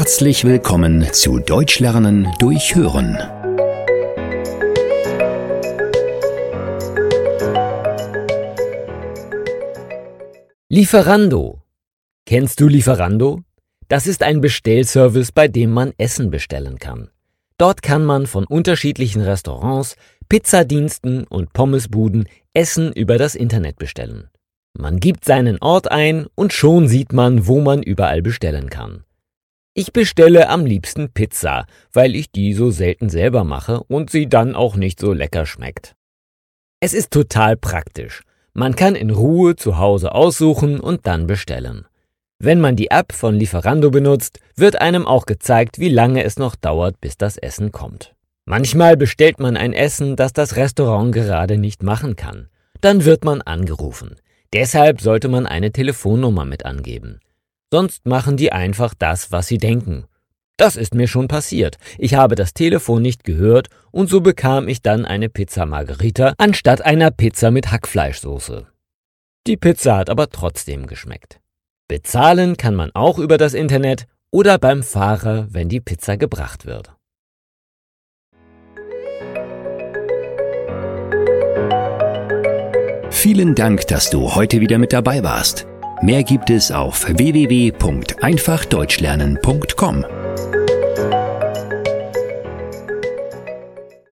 Herzlich willkommen zu Deutsch lernen durch Hören. Lieferando. Kennst du Lieferando? Das ist ein Bestellservice, bei dem man Essen bestellen kann. Dort kann man von unterschiedlichen Restaurants, Pizzadiensten und Pommesbuden Essen über das Internet bestellen. Man gibt seinen Ort ein und schon sieht man, wo man überall bestellen kann. Ich bestelle am liebsten Pizza, weil ich die so selten selber mache und sie dann auch nicht so lecker schmeckt. Es ist total praktisch. Man kann in Ruhe zu Hause aussuchen und dann bestellen. Wenn man die App von Lieferando benutzt, wird einem auch gezeigt, wie lange es noch dauert, bis das Essen kommt. Manchmal bestellt man ein Essen, das das Restaurant gerade nicht machen kann. Dann wird man angerufen. Deshalb sollte man eine Telefonnummer mit angeben. Sonst machen die einfach das, was sie denken. Das ist mir schon passiert. Ich habe das Telefon nicht gehört und so bekam ich dann eine Pizza Margherita anstatt einer Pizza mit Hackfleischsoße. Die Pizza hat aber trotzdem geschmeckt. Bezahlen kann man auch über das Internet oder beim Fahrer, wenn die Pizza gebracht wird. Vielen Dank, dass du heute wieder mit dabei warst. Mehr gibt es auf www.einfachdeutschlernen.com.